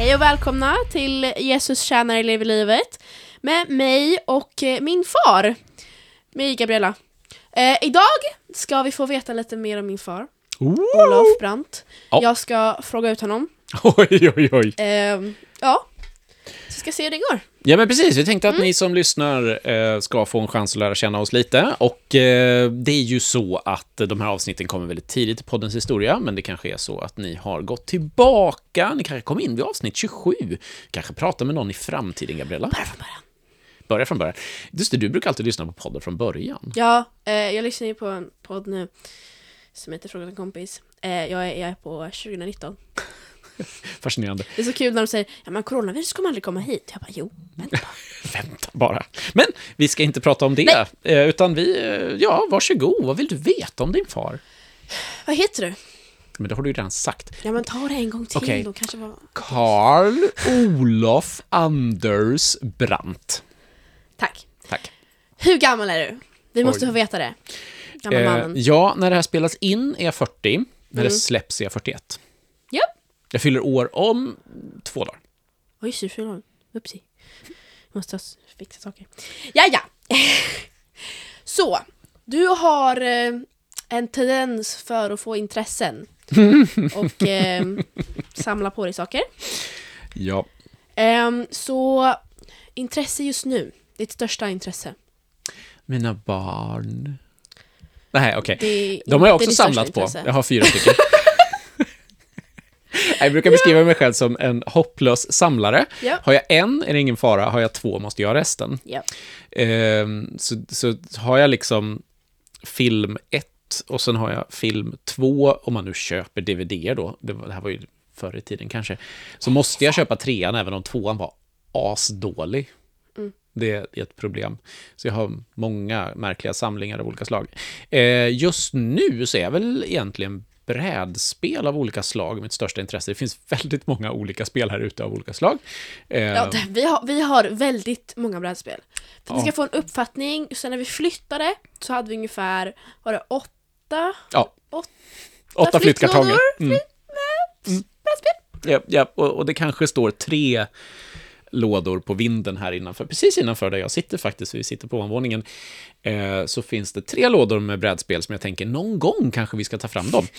Hej och välkomna till Jesus tjänare lever livet med mig och min far, mig Gabriella. Idag ska vi få veta lite mer om min far, Olof Brandt. Ja. Jag ska fråga ut honom. Oj. Ja, så ska se hur det går. Ja, men precis. Vi tänkte att ni som lyssnar ska få en chans att lära känna oss lite. Och det är ju så att de här avsnitten kommer väldigt tidigt i poddens historia, men det kanske är så att ni har gått tillbaka. Ni kanske kom in vid avsnitt 27. Kanske prata med någon i framtiden, Gabriella. Börja från början. Just det, du brukar alltid lyssna på podden från början. Ja, jag lyssnar ju på en podd nu som heter Fråga en kompis. Jag är på 2019. Fascinerande. Det är så kul när de säger, ja men coronavirus kommer aldrig komma hit. Jag bara, jo, vänta. Vänta bara. Men vi ska inte prata om det, utan varsågod. Vad vill du veta om din far? Vad heter du? Men det har du ju redan sagt. Ja, men ta det en gång till. Okej. Då kanske var... Carl Olof Anders Brandt. Tack. Tack. Hur gammal är du? Vi måste få veta det. Gammal mannen. Ja, när det här spelas in är jag 40. När det släpps är jag 41. Ja. Jag fyller år om 2 dagar. Oj, så fyller hon. Upsi. Måste fixa saker. Ja. Så, du har en tendens för att få intressen. Och samla på dig saker. Ja. Så, intresse just nu. Ditt största intresse. Mina barn. Nej, okej. Det- De har jag det är också ditt största samlat på. intresse. Jag har 4 stycken. Jag brukar beskriva mig själv som en hopplös samlare. Ja. Har jag en är det ingen fara. Har jag 2 måste jag ha resten. Ja. Så har jag liksom film 1 och sen har jag film 2, om man nu köper DVD då, det här var ju förr i tiden kanske, så måste jag köpa 3:an även om 2:an var asdålig. Det är ett problem. Så jag har många märkliga samlingar av olika slag. Just nu så är jag väl egentligen brädspel av olika slag mitt största intresse. Det finns väldigt många olika spel här ute av olika slag. Ja, vi har väldigt många brädspel. För att vi ska få en uppfattning, sen när vi flyttade så hade vi ungefär, var det 8 8 flyttkartonger. brädspel? Ja, och det kanske står 3 lådor på vinden här innanför. Precis innanför där jag sitter faktiskt, vi sitter på ovanvåningen, så finns det 3 lådor med brädspel som jag tänker någon gång kanske vi ska ta fram dem.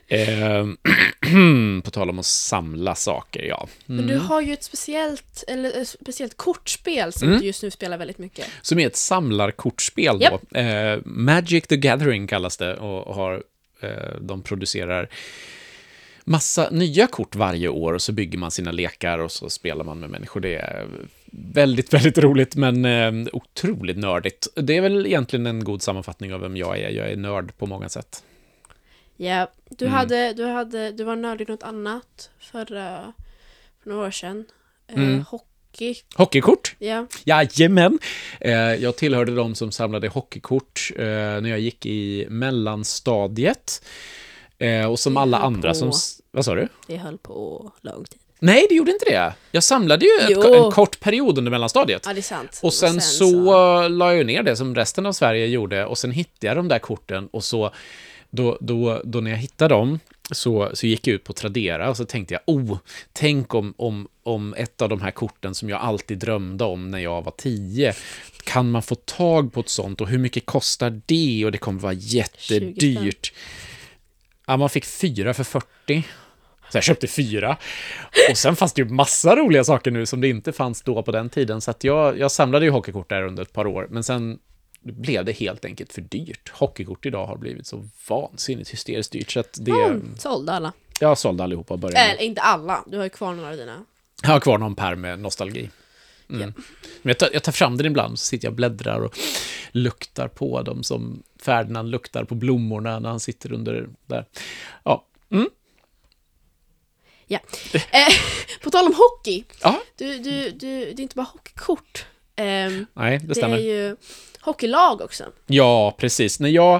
På tal om att samla saker, ja. Men du har ju ett speciellt kortspel som du just nu spelar väldigt mycket. Som är ett samlarkortspel då. Magic the Gathering kallas det och har, de producerar massa nya kort varje år och så bygger man sina lekar och så spelar man med människor. Det är väldigt, väldigt roligt men otroligt nördigt. Det är väl egentligen en god sammanfattning av vem jag är. Jag är nörd på många sätt. Ja, du var nördig något annat för några år sedan. Hockeykort? Ja. Jajamän. Jag tillhörde de som samlade hockeykort när jag gick i mellanstadiet. Och som alla andra som... Vad sa du? Det höll på lång tid. Nej, det gjorde inte det. Jag samlade ju en kort period under mellanstadiet. Ja, det är sant. Och sen så la jag ner det som resten av Sverige gjorde. Och sen hittade jag de där korten. Och så då när jag hittade dem så gick jag ut på Tradera. Och så tänkte jag, tänk om ett av de här korten som jag alltid drömde om när jag var 10. Kan man få tag på ett sånt? Och hur mycket kostar det? Och det kommer vara jättedyrt. Ja, man fick 4 för 40. Så jag köpte 4. Och sen fanns det ju massa roliga saker nu som det inte fanns då på den tiden. Så att jag samlade ju hockeykort där under ett par år. Men sen blev det helt enkelt för dyrt. Hockeykort idag har blivit så vansinnigt hysteriskt dyrt. Så att det... sålde alla. Jag sålde allihopa och började. Inte alla. Du har ju kvar några av dina. Jag har kvar någon pärm med nostalgi. Men jag tar fram den ibland, så sitter jag och bläddrar och luktar på dem som Ferdinand luktar på blommorna när han sitter under där. Ja. Ja. På tal om hockey. Ja. Det är inte bara hockeykort. Nej, det stämmer. Det är ju hockeylag också. Ja, precis.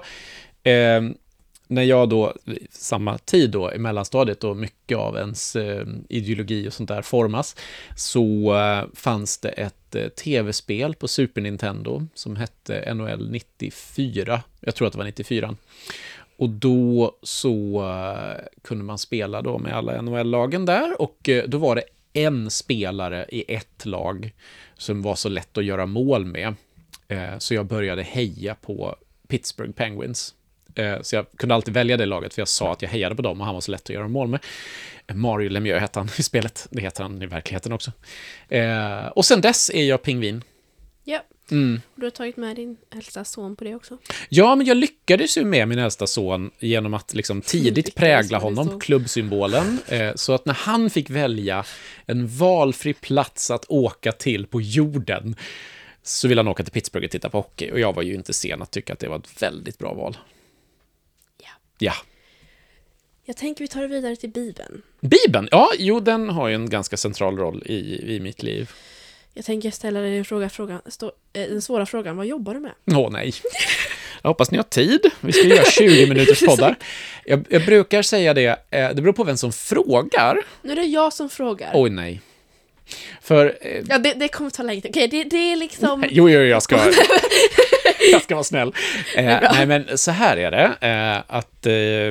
När jag då, samma tid då i mellanstadiet och mycket av ens ideologi och sånt där formas, så fanns det ett tv-spel på Super Nintendo som hette NHL 94. Jag tror att det var 94. Och då så kunde man spela då med alla NHL-lagen där, och då var det en spelare i ett lag som var så lätt att göra mål med. Så jag började heja på Pittsburgh Penguins. Så jag kunde alltid välja det laget, för jag sa att jag hejade på dem och han var så lätt att göra mål med. Mario Lemieux hette han i spelet. Det heter han i verkligheten också. Och sen dess är jag pingvin. Ja. Du har tagit med din äldsta son på det också. Ja, men jag lyckades ju med min äldsta son genom att liksom tidigt prägla honom, klubbsymbolen. Så att när han fick välja en valfri plats att åka till på jorden, så ville han åka till Pittsburgh och titta på hockey. Och jag var ju inte sen att tycka att det var ett väldigt bra val. Ja. Jag tänker vi tar det vidare till Bibeln. Bibeln? Ja, jo, den har ju en ganska central roll i mitt liv. Jag tänker ställa dig den svåra frågan. Vad jobbar du med? Nej. Jag hoppas ni har tid. Vi ska göra 20 minuters poddar. Jag brukar säga det. Det beror på vem som frågar. Nu är det jag som frågar. Oj, nej. För... Ja, det kommer ta längre. Okej, det är liksom... Jo, jag ska vara snäll. Nej, men så här är det. Att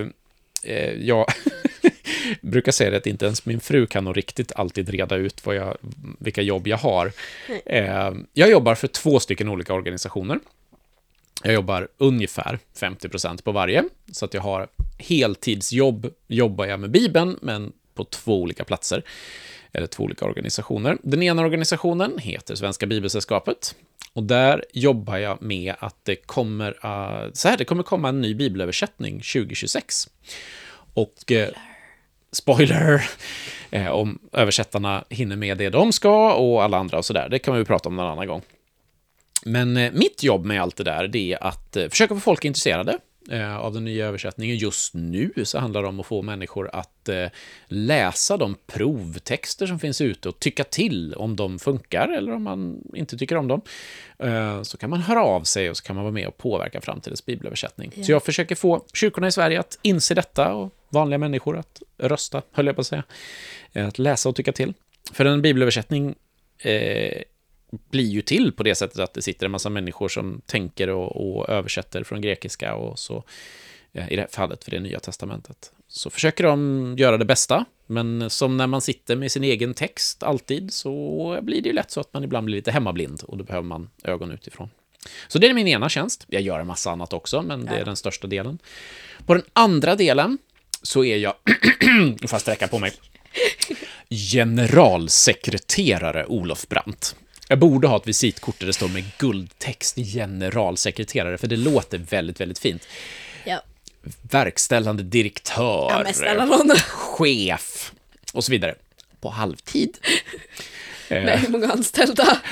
jag brukar säga det att inte ens min fru kan nog riktigt alltid reda ut vilka jobb jag har. Jag jobbar för 2 stycken olika organisationer. Jag jobbar ungefär 50% på varje. Så att jag har heltidsjobb, jobbar jag med Bibeln, men på 2 olika platser. Eller 2 olika organisationer. Den ena organisationen heter Svenska Bibelsällskapet. Och där jobbar jag med att det kommer komma en ny bibelöversättning 2026. Och spoiler, om översättarna hinner med det de ska och alla andra och sådär. Det kan vi prata om någon annan gång. Men mitt jobb med allt det där, det är att försöka få folk intresserade av den nya översättningen. Just nu så handlar det om att få människor att läsa de provtexter som finns ute och tycka till om de funkar eller om man inte tycker om dem. Så kan man höra av sig och så kan man vara med och påverka framtidens bibelöversättning. Så jag försöker få kyrkorna i Sverige att inse detta och vanliga människor att rösta, höll jag på att säga. Att läsa och tycka till. För en bibelöversättning blir ju till på det sättet att det sitter en massa människor som tänker och översätter från grekiska och så i det här fallet för det Nya testamentet. Så försöker de göra det bästa, men som när man sitter med sin egen text alltid så blir det ju lätt så att man ibland blir lite hemmablind och då behöver man ögon utifrån. Så det är min ena tjänst. Jag gör en massa annat också, men det är den största delen. På den andra delen så är jag, nu får jag sträcka på mig, generalsekreterare Olof Brandt. Jag borde ha ett visitkort där det står med guldtext generalsekreterare, för det låter väldigt, väldigt fint. Ja. Verkställande direktör, chef och så vidare. På halvtid. Nej, hur många anställda?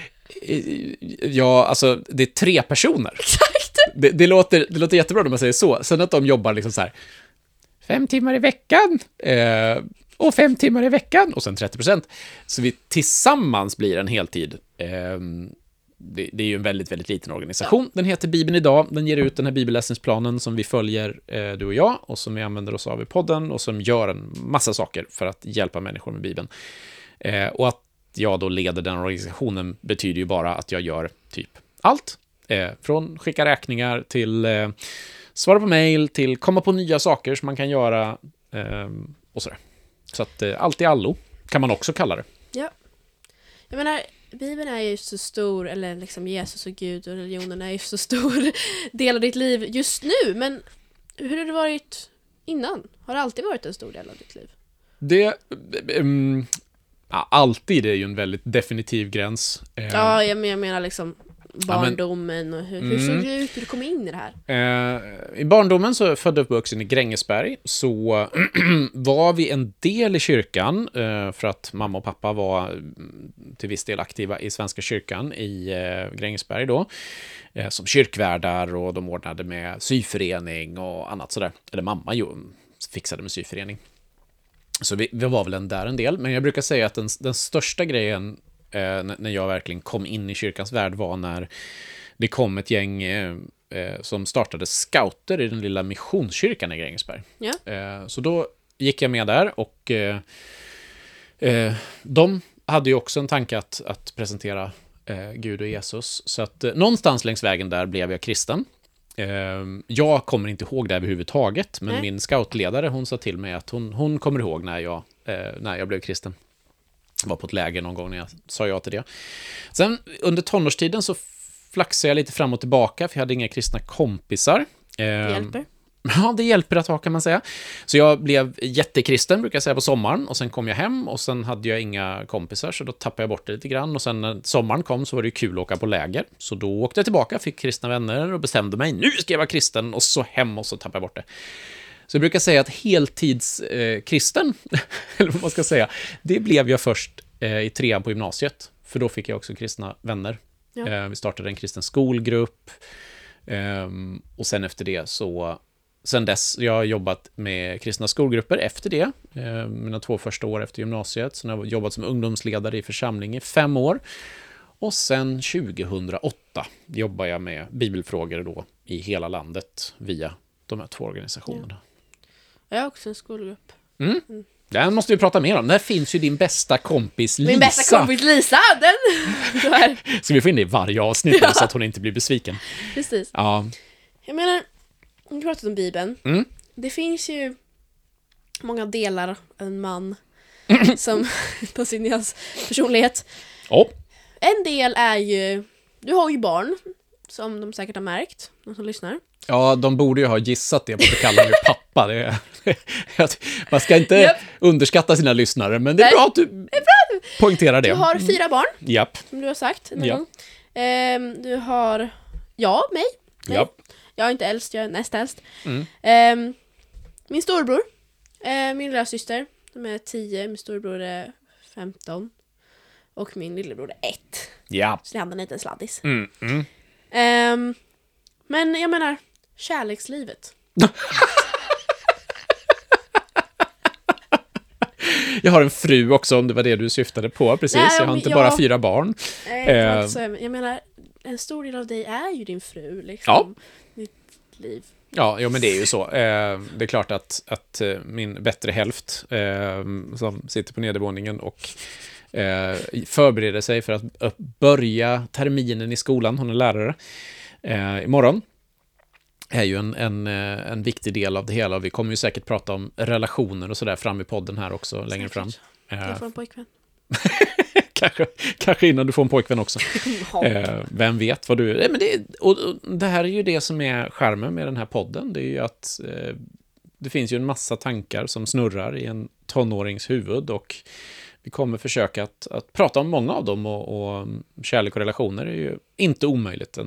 Ja, alltså det är 3 personer. Exakt. Det låter jättebra när man säger så. Sen att de jobbar liksom så här 5 timmar i veckan och 5 timmar i veckan och sen 30%. Så vi tillsammans blir en heltid. Det är ju en väldigt, väldigt liten organisation. Ja. Den heter Bibeln idag. Den ger ut den här bibelläsningsplanen som vi följer, du och jag, och som vi använder oss av i podden och som gör en massa saker för att hjälpa människor med Bibeln. Och att jag då leder den organisationen betyder ju bara att jag gör typ allt. Från skicka räkningar till svara på mejl till komma på nya saker som man kan göra och sådär. Så att allt i allo kan man också kalla det. Ja. Jag menar, Bibeln är ju så stor, eller liksom Jesus och Gud och religionen är ju så stor del av ditt liv just nu. Men hur har det varit innan? Har det alltid varit en stor del av ditt liv? Alltid är ju en väldigt definitiv gräns. Ja, jag menar liksom barndomen och hur såg det ut hur du kom in i det här? I barndomen så födde jag uppvuxen i Grängesberg, så var vi en del i kyrkan för att mamma och pappa var till viss del aktiva i Svenska kyrkan i Grängesberg då, som kyrkvärdar, och de ordnade med syförening och annat sådär. Eller mamma fixade med syförening. Så vi var väl en del, men jag brukar säga att den största grejen när jag verkligen kom in i kyrkans värld var när det kom ett gäng som startade scouter i den lilla missionskyrkan i Grängesberg. Ja. Så då gick jag med där, och de hade ju också en tanke att presentera Gud och Jesus. Så att någonstans längs vägen där blev jag kristen. Jag kommer inte ihåg det överhuvudtaget, men min scoutledare, hon sa till mig att hon kommer ihåg när jag blev kristen. Var på ett läger någon gång när jag sa ja till det. Sen under tonårstiden så flaxade jag lite fram och tillbaka, för jag hade inga kristna kompisar. Det hjälper. Ja, det hjälper att ha, kan man säga. Så jag blev jättekristen, brukar jag säga, på sommaren. Och sen kom jag hem och sen hade jag inga kompisar, så då tappade jag bort det lite grann. Och sen när sommaren kom så var det ju kul att åka på läger. Så då åkte jag tillbaka, fick kristna vänner och bestämde mig. Nu ska jag vara kristen, och så hem och så tappade jag bort det. Så jag brukar säga att heltidskristen, eller vad man ska säga, det blev jag först i 3:an på gymnasiet. För då fick jag också kristna vänner. Ja. Vi startade en kristen skolgrupp. Och sen efter det så... Sen dess, jag har jobbat med kristna skolgrupper efter det. Mina 2 första år efter gymnasiet. Sen har jag jobbat som ungdomsledare i församling i 5 år. Och sen 2008 jobbar jag med bibelfrågor då i hela landet via de här 2 organisationerna. Jag har också en skolgrupp. Den måste vi prata mer om. Där finns ju din bästa kompis Lisa. Min bästa kompis Lisa, den där. Så vi får in det i varje avsnitt så att hon inte blir besviken. Precis. Ja. Jag menar, vi pratat om Bibeln. Det finns ju många delar av en man som på sin hans personlighet. En del är ju, du har ju barn, som de säkert har märkt, de som lyssnar. Ja, de borde ju ha gissat det på att du kallar mig pappa. Man ska inte underskatta sina lyssnare, men det är bra att du poängterar det. Du har 4 barn, Japp. som du har sagt en gång. Du har, mig. Japp. Jag är inte äldst, jag är näst äldst. Min storbror, min lilla syster, de är 10, min storbror är 15 och min lillebror är 1. Ja. Så det handlar inte en sladdis. Men jag menar, kärlekslivet. Jag har en fru också, om det var det du syftade på. Precis, Nej, jag har inte bara 4 barn. Jag menar, en stor del av dig är ju din fru, liksom. Ja. Ditt liv. Ja, men det är ju så. Det är klart att min bättre hälft som sitter på nedervåningen och förbereder sig för att börja terminen i skolan, hon är lärare, imorgon, är ju en viktig del av det hela. Och vi kommer ju säkert prata om relationer och sådär fram i podden här också, säkert. Längre fram. Jag får en pojkvän. kanske innan du får en pojkvän också. Vem vet vad du... Men det här är ju det som är charmen med den här podden. Det är ju att det finns ju en massa tankar som snurrar i en tonårings huvud, och vi kommer försöka att prata om många av dem, och kärlek och relationer är ju inte omöjligt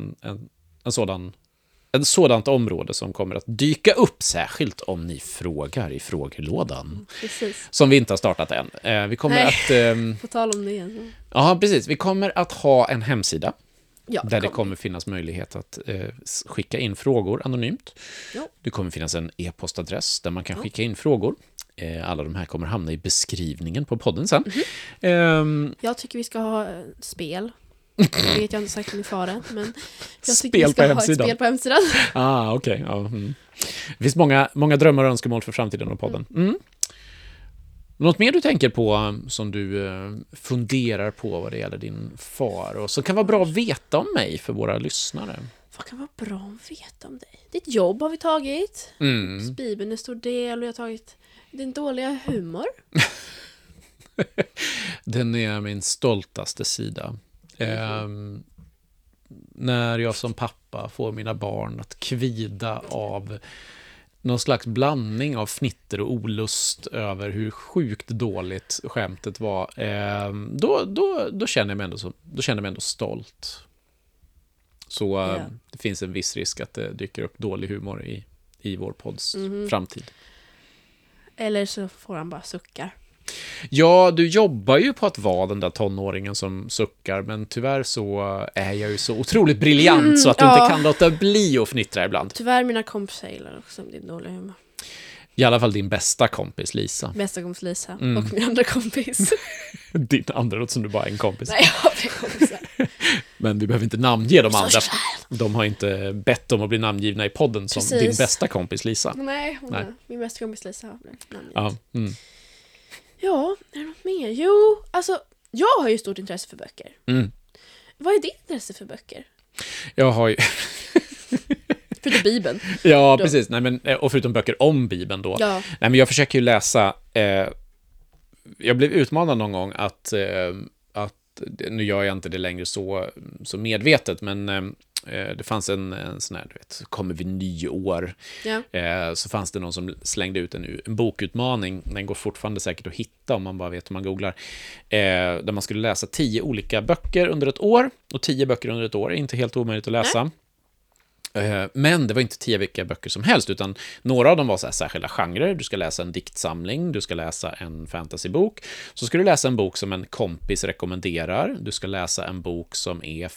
ett sådant område som kommer att dyka upp, särskilt om ni frågar i frågelådan. Precis. Som vi inte har startat än. Vi kommer att... På tal om det igen. Ja, precis. Vi kommer att ha en hemsida. Ja, där det kommer finnas möjlighet att skicka in frågor anonymt. Ja. Det kommer finnas en e-postadress där man kan skicka in frågor. Alla de här kommer hamna i beskrivningen på podden sen. Jag tycker vi ska ha spel. Det vet jag inte sagt till min far, men jag tycker vi ska ha ett spel på hemsidan. Okej. Ja, Det finns många drömmar och önskemål för framtiden av podden. Något mer du tänker på som du funderar på vad det gäller din far, och som kan vara bra att veta om mig för våra lyssnare? Vad kan vara bra att veta om dig? Ditt jobb har vi tagit. Bibeln är en stor del, och jag har tagit din dåliga humor. Den är min stoltaste sida. När jag som pappa får mina barn att kvida av någon slags blandning av fnitter och olust över hur sjukt dåligt skämtet var, då känner jag mig ändå stolt. Så det finns en viss risk att det dyker upp dålig humor i vår podds framtid. Eller så får han bara suckar. Ja, du jobbar ju på att vara den där tonåringen som suckar, men tyvärr så är jag ju så otroligt briljant så att du inte kan låta bli att fnittra ibland. Tyvärr mina kompisar gillar också din dåliga humor. I alla fall din bästa kompis Lisa. Bästa kompis Lisa och min andra kompis. Din andra låter som du bara är en kompis. Nej, jag har fler kompisar. Men vi behöver inte namnge de andra. De har inte bett om att bli namngivna i podden som din bästa kompis Lisa. Nej, min bästa kompis Lisa har blivit namngiven. Ja. Ja, är det något mer? Jo, alltså, jag har ju stort intresse för böcker. Vad är ditt intresse för böcker? Jag har ju... Förutom Bibeln. Ja, precis. Nej, men, och förutom böcker om Bibeln då. Ja. Nej, men jag försöker ju läsa jag blev utmanad någon gång att nu gör jag inte det längre så medvetet, men det fanns en sån här, du vet, kommer vi nyår, så fanns det någon som slängde ut en bokutmaning. Den går fortfarande säkert att hitta om man bara vet hur man googlar, där man skulle läsa 10 olika böcker under ett år, och 10 böcker under ett år är inte helt omöjligt att läsa. Men det var inte 10 vilka böcker som helst, utan några av dem var så här särskilda genrer. Du ska läsa en diktsamling, du ska läsa en fantasybok, så ska du läsa en bok som en kompis rekommenderar, du ska läsa en bok som är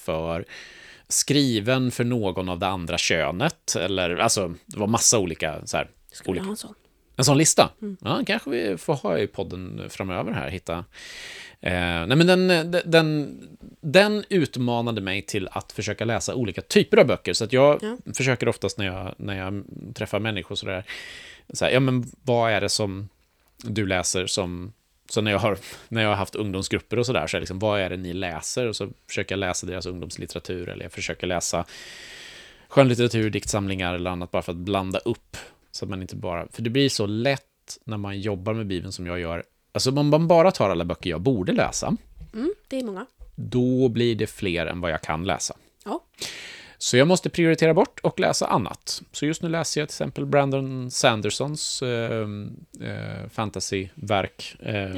skriven för någon av det andra könet, eller alltså det var massa olika så här, Skulle ha en sån lista. Ja, kanske vi får ha i podden framöver här, hitta. Nej, men den utmanade mig till att försöka läsa olika typer av böcker, så att jag försöker oftast när jag träffar människor så här, ja men vad är det som du läser som, så när jag har haft ungdomsgrupper och sådär, så är liksom, vad är det ni läser, och så försöker jag läsa deras ungdomslitteratur, eller jag försöker läsa skönlitteratur, diktsamlingar eller annat, bara för att blanda upp, så att man inte bara, för det blir så lätt när man jobbar med Bibeln som jag gör. Alltså om man bara tar alla böcker jag borde läsa, det är många, då blir det fler än vad jag kan läsa. Ja. Så jag måste prioritera bort och läsa annat. Så just nu läser jag till exempel Brandon Sandersons fantasyverk.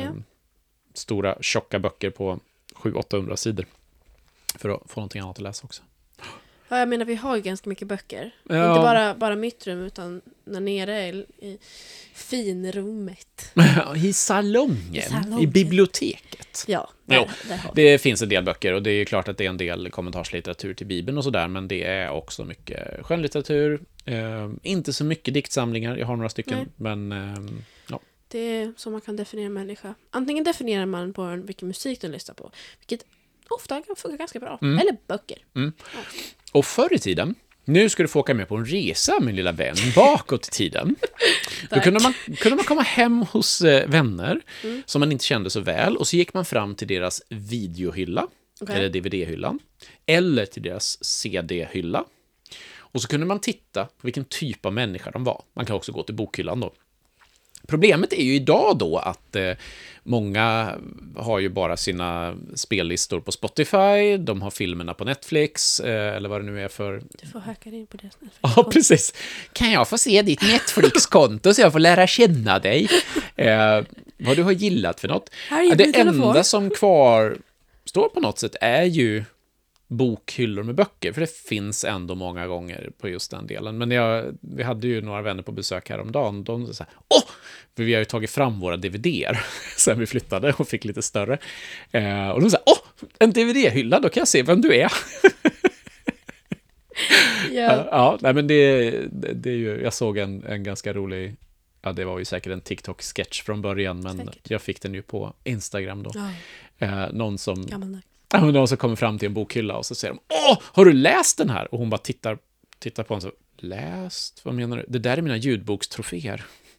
Stora, tjocka böcker på 700-800 sidor. För att få någonting annat att läsa också. Ja, jag menar, vi har ju ganska mycket böcker. Inte bara mitt rum, utan där nere i finrummet. I salongen. I biblioteket. Ja, där har vi. Det finns en del böcker, och det är klart att det är en del kommentarslitteratur till Bibeln och sådär, men det är också mycket skönlitteratur. Inte så mycket diktsamlingar, jag har några stycken, men ja. Det är så man kan definiera en människa. Antingen definierar man på vilken musik den lyssnar på, vilket ofta kan funka ganska bra. Eller böcker. Ja. Och förr i tiden, nu ska du få åka med på en resa, min lilla vän, bakåt i tiden. Då kunde man komma hem hos vänner som man inte kände så väl, och så gick man fram till deras videohylla, eller DVD-hyllan, eller till deras CD-hylla. Och så kunde man titta på vilken typ av människa de var. Man kan också gå till bokhyllan då. Problemet är ju idag då att många har ju bara sina spellistor på Spotify, de har filmerna på Netflix, eller vad det nu är för... Du får hacka in på deras Netflix. Ja, precis. Kan jag få se ditt Netflix-konto så jag får lära känna dig? Vad du har gillat för något. Det enda som kvar står på något sätt är ju bokhyllor med böcker, för det finns ändå många gånger på just den delen. Men vi hade ju några vänner på besök häromdagen, de sa för vi har ju tagit fram våra DVD:er sen vi flyttade och fick lite större. Och de sa, en DVD-hylla, då kan jag se vem du är. Ja, nej, men det är ju, jag såg en ganska rolig, ja, det var ju säkert en TikTok-sketch från början, men jag fick den ju på Instagram då. Någon som kommer fram till en bokhylla och så säger de, har du läst den här? Och hon bara tittar på honom så, läst? Vad menar du? Det där är mina ljudbokstroféer.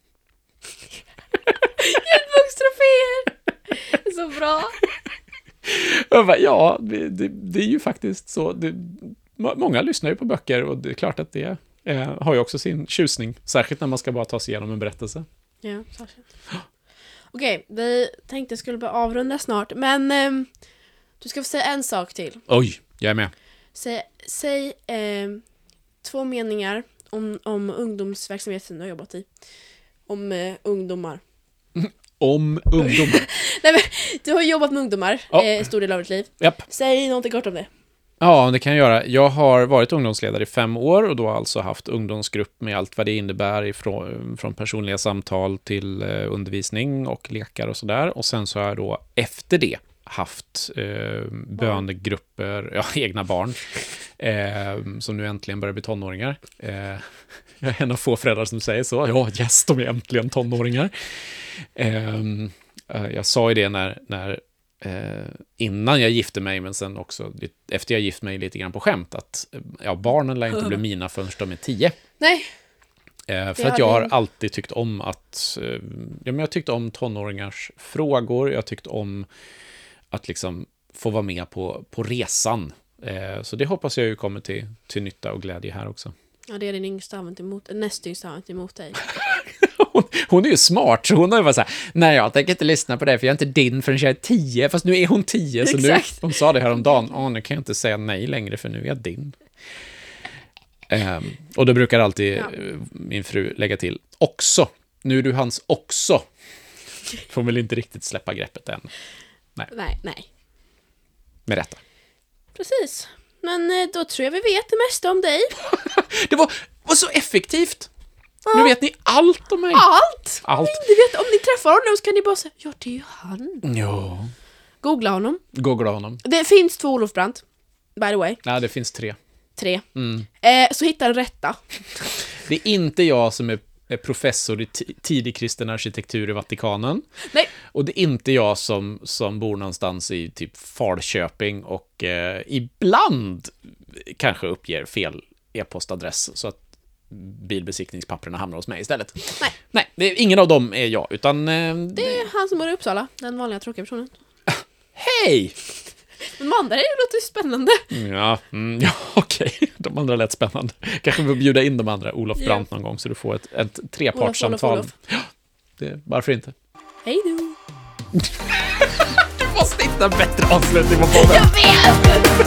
Ljudbokstroféer! Så bra! Jag bara, ja, det är ju faktiskt så. Många lyssnar ju på böcker, och det är klart att det har ju också sin tjusning. Särskilt när man ska bara ta sig igenom en berättelse. Ja, särskilt. Okej, vi tänkte skulle börja avrunda snart, men du ska få säga en sak till. Oj, jag är med. Säg 2 meningar om ungdomsverksamheten du har jobbat i. Om ungdomar. Om ungdomar? Nej, men, du har jobbat med ungdomar stor del av ditt liv. Yep. Säg någonting kort om det. Ja, det kan jag göra. Jag har varit ungdomsledare i 5 år, och då alltså haft ungdomsgrupp med allt vad det innebär, från personliga samtal till undervisning och lekar och sådär. Och sen så har jag då efter det haft bönegrupper, egna barn, som nu äntligen börjar bli tonåringar. Jag är en av få föräldrar som säger så. Ja, yes, de är äntligen tonåringar. Jag sa ju det när innan jag gifte mig, men sen också efter jag gift mig lite grann på skämt, att barnen lär inte bli mina förrän de är 10. Nej. För att jag har alltid tyckt om att jag tyckte om tonåringars frågor, jag tyckte om att liksom få vara med på resan. Så det hoppas jag ju kommer till nytta och glädje här också. Ja, det är din yngsta använt emot, näst yngsta använt emot dig. Hon är ju smart, så hon har ju varit så här, nej jag tänker inte lyssna på det för jag är inte din förrän jag är 10, fast nu är hon 10, så nu, hon sa det här om dagen, nu kan jag inte säga nej längre för nu är jag din. Och då brukar alltid min fru lägga till, också, nu är du hans också. Får hon väl inte riktigt släppa greppet än. Nej. Med rätta. Precis. Men då tror jag vi vet det mesta om dig. Det var så effektivt. Nu vet ni allt om mig. Allt! Allt. Ni vet, om ni träffar honom så kan ni bara säga, ja det är ju han. Ja. Googla honom. Googla honom. Det finns 2 Olof Brandt, by the way. Nej, det finns 3. 3. Så hitta den rätta. Det är inte jag som är professor i tidig kristen arkitektur i Vatikanen. Nej. Och det är inte jag som bor någonstans i typ Falköping och ibland kanske uppger fel e-postadress så att bilbesiktningspapperna hamnar hos mig istället. Nej, ingen av dem är jag, utan... det är han som bor i Uppsala, den vanliga tråkiga personen. Hej! Men de andra låter ju spännande. Ja, okej. De andra lät spännande. Kanske vi bjuda in de andra, Olof Brandt någon gång, så du får ett trepartssamtal. Olof. Ja, varför inte? Hej då! Du måste hitta en bättre avslutning på podden. Jag vet!